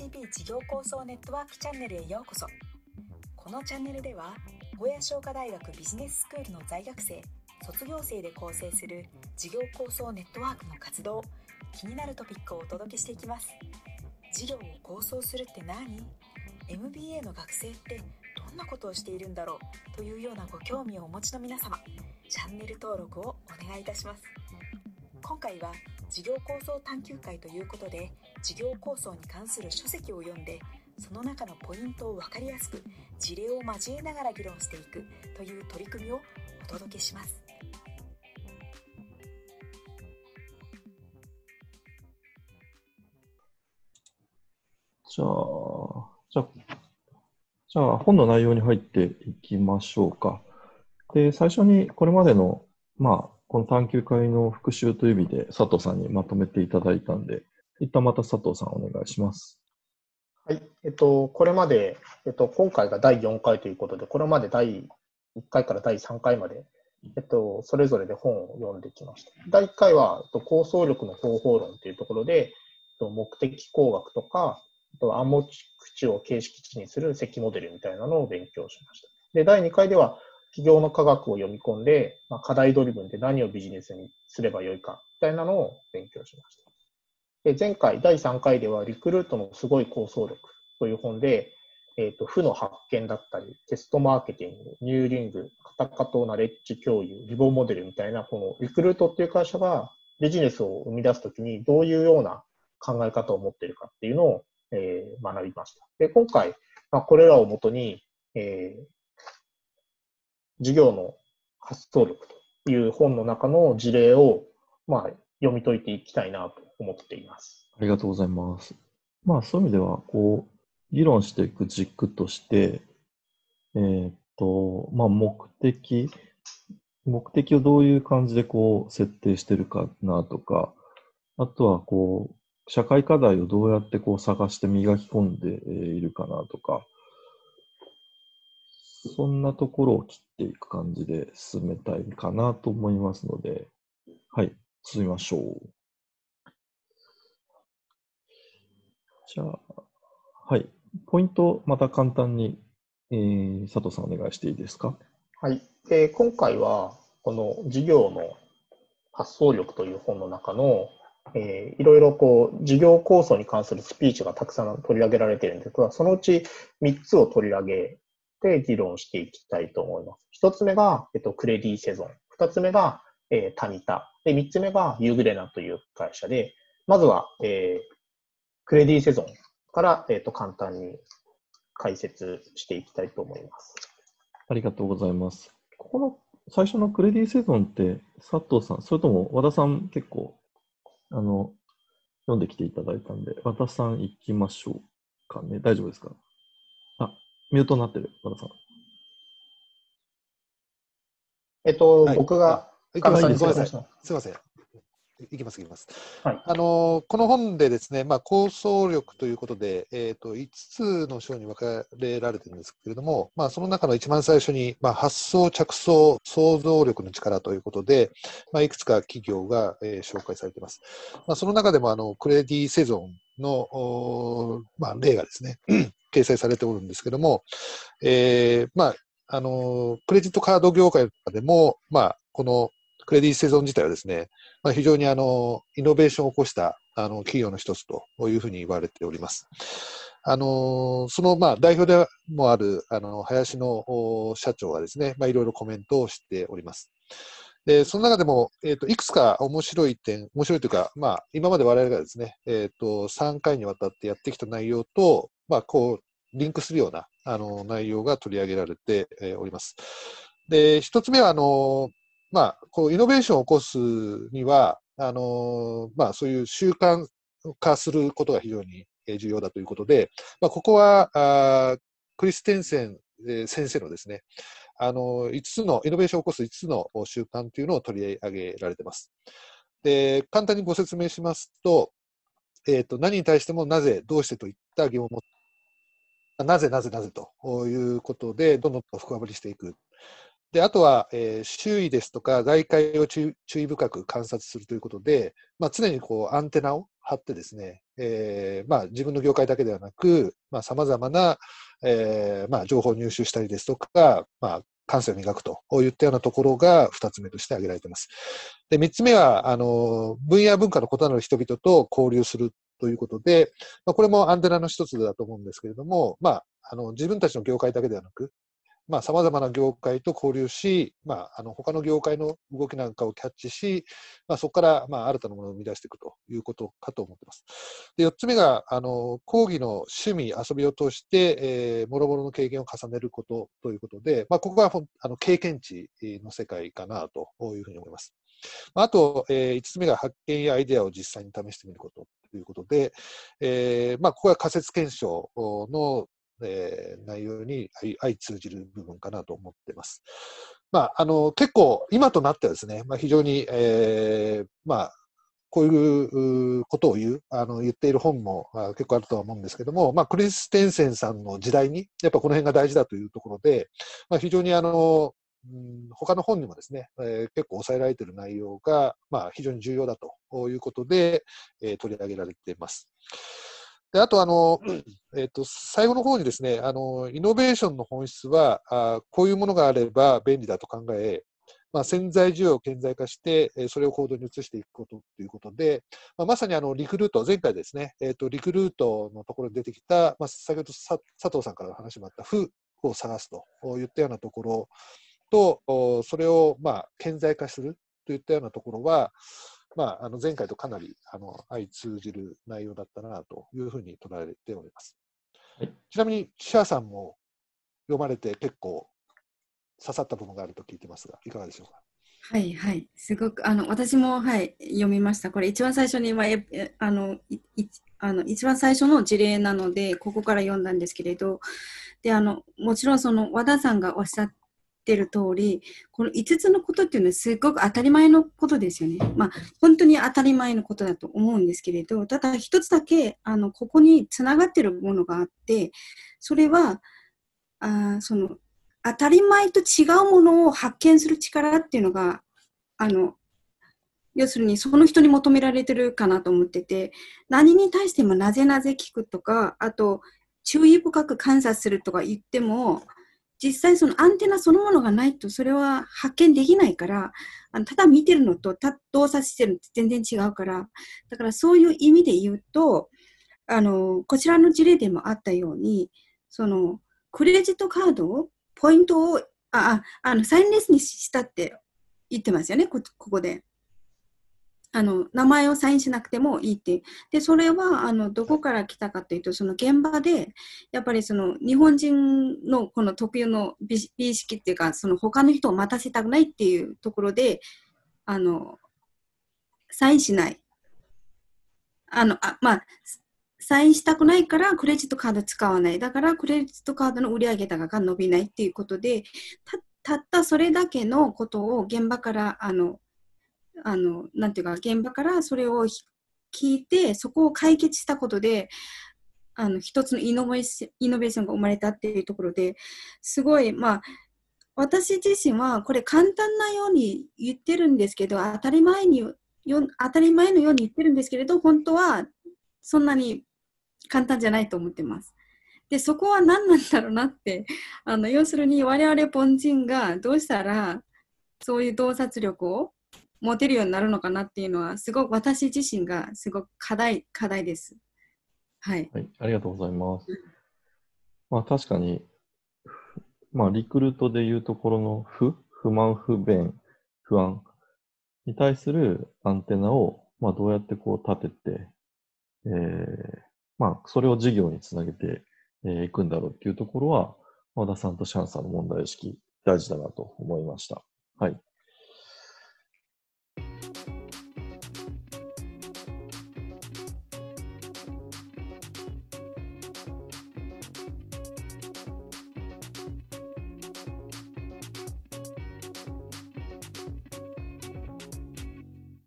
ICB 事業構想ネットワークチャンネルへようこそ。このチャンネルでは大谷商科大学ビジネススクールの在学生、卒業生で構成する事業構想ネットワークの活動、気になるトピックをお届けしていきます。事業を構想するって何？ MBA の学生ってどんなことをしているんだろうというようなご興味をお持ちの皆様、チャンネル登録をお願いいたします。今回は事業構想探究会ということで、事業構想に関する書籍を読んで、その中のポイントを分かりやすく事例を交えながら議論していくという取り組みをお届けします。 じゃあ本の内容に入っていきましょうか。で、最初にこれまでの、この探究会の復習という意味で佐藤さんにまとめていただいたんで、一旦また佐藤さんお願いします。 はい。これまで、今回が第4回ということで、これまで第1回から第3回まで、それぞれで本を読んできました。第1回は、構想力の方法論というところで、目的工学とか、暗黙知を形式値にする積モデルみたいなのを勉強しました。で、第2回では、企業の科学を読み込んで、課題ドリブンで何をビジネスにすればよいか、みたいなのを勉強しました。で、前回、第3回では、リクルートのすごい構想力という本で、負の発見だったり、テストマーケティング、ニューリング、カタカトナレッジ共有、リボモデルみたいな、このリクルートっていう会社がビジネスを生み出すときにどういうような考え方を持っているかっていうのを、学びました。で、今回、これらをもとに、事業の発想力という本の中の事例を、読み解いていきたいなと思っています。 ありがとうございます。そういう意味では、議論していく軸として、目的をどういう感じで設定してるかなとか、あとは社会課題をどうやって探して磨き込んでいるかなとか、そんなところを切っていく感じで進めたいかなと思いますので、はい、進みましょう。じゃあ、はい、ポイントまた簡単に、佐藤さんお願いしていいですか？ はい。今回は、この事業の発想力という本の中の、いろいろ事業構想に関するスピーチがたくさん取り上げられているんですが、そのうち3つを取り上げて議論していきたいと思います。1つ目が、クレディセゾン。2つ目が、タニタ。で、3つ目がユーグレナという会社で、まずは、クレディセゾンから、簡単に解説していきたいと思います。 ありがとうございます。ここの最初のクレディセゾンって佐藤さん、それとも和田さん結構読んできていただいたんで、和田さん行きましょうかね。大丈夫ですか？ミュートになってる、和田さん。 はい、僕が、 ごめんなさい。すみません。いきます。 はい、 この本でですね、構想力ということで、5つの章に分かれられてるんですけれども、その中の一番最初に、発想、着想、想像力の力ということで、いくつか企業が、紹介されています。その中でも、クレディセゾンの、例がですね、掲載されておるんですけども、クレジットカード業界でも、このクレディセゾン自体はですね、非常にイノベーションを起こした企業の一つというふうに言われております。その代表でもある林の社長はですね、いろいろコメントをしております。で、その中でも、いくつか面白いというか、今まで我々がですね、3回にわたってやってきた内容と、リンクするような内容が取り上げられております。で、一つ目は、イノベーションを起こすには、そういう習慣化することが非常に重要だということで、ここは、クリステンセン先生のですね、5つの、イノベーションを起こす5つの習慣というのを取り上げられています。で、簡単にご説明しますと、何に対してもなぜ、どうしてといった疑問を持って、なぜということで、どんどん深掘りしていく。で、あとは、周囲ですとか外界を注意深く観察するということで、常にアンテナを張ってですね、 自分の業界だけではなく、様々な、情報を入手したりですとか、感性を磨くといったようなところが2つ目として挙げられています。で、3つ目は、分野文化の異なる人々と交流するということで、これもアンテナの一つだと思うんですけれども、自分たちの業界だけではなく、様々な業界と交流し、他の業界の動きなんかをキャッチし、そこから、新たなものを生み出していくということかと思っています。で、4つ目が、講義の趣味、遊びを通して、諸々の経験を重ねることということで、ここは経験値の世界かなというふうに思います。あと、5つ目が発見やアイデアを実際に試してみることということで、ここは仮説検証の内容に相通じる部分かなと思っています。結構今となってはですね、非常に、こういうことを言っている本も結構あるとは思うんですけども、クリステンセンさんの時代にやっぱこの辺が大事だというところで、非常に他の本にもですね、結構抑えられている内容が、非常に重要だということで、取り上げられています。で、あと最後の方にですね、イノベーションの本質は、こういうものがあれば便利だと考え、潜在需要を顕在化して、それを行動に移していくことということで、まさにリクルート、前回ですね、リクルートのところで出てきた、先ほど佐藤さんからの話もあった、負を探すといったようなところと、それを顕在化するといったようなところは、前回とかなり相通じる内容だったなというふうに捉えております。 はい、 ちなみに、シャアさんも読まれて結構刺さった部分があると聞いてますが、いかがでしょうか。 はいはい、すごく私も、読みました。これ一番最初に、一番最初の事例なので、ここから読んだんですけれど、でもちろんその和田さんがおっしゃってる通り、この5つのことっていうのはすごく当たり前のことですよね。本当に当たり前のことだと思うんですけれど、ただ一つだけここにつながってるものがあって、それはその当たり前と違うものを発見する力っていうのが、要するにその人に求められてるかなと思ってて、何に対してもなぜなぜ聞くとか、あと注意深く観察するとか言っても、実際そのアンテナそのものがないとそれは発見できないから、ただ見てるのと動作してるのって全然違うから、だからそういう意味で言うと、こちらの事例でもあったように、そのクレジットカードをポイントをサインレスにしたって言ってますよね、ここで。名前をサインしなくてもいいって。で、それは、どこから来たかというと、その現場で、やっぱりその日本人のこの特有の美意識っていうか、その他の人を待たせたくないっていうところで、サインしない。サインしたくないからクレジットカード使わない。だからクレジットカードの売上高が伸びないっていうことで、たったそれだけのことを現場から、なんていうか、現場からそれを聞いて、そこを解決したことで、一つのイノベーションが生まれたっていうところで、すごい、私自身はこれ簡単なように言ってるんですけど、当たり前のように言ってるんですけれど、本当はそんなに簡単じゃないと思ってます。で、そこは何なんだろうなって、要するに我々凡人がどうしたらそういう洞察力を持てるようになるのかなっていうのは、すごく私自身がすごく課題です。はい。 はい、ありがとうございます。確かに、リクルートでいうところの不満、不便、不安に対するアンテナを、どうやってこう立てて、それを事業につなげていくんだろうっていうところは、和田さんとシャンさんの問題意識、大事だなと思いました。はい。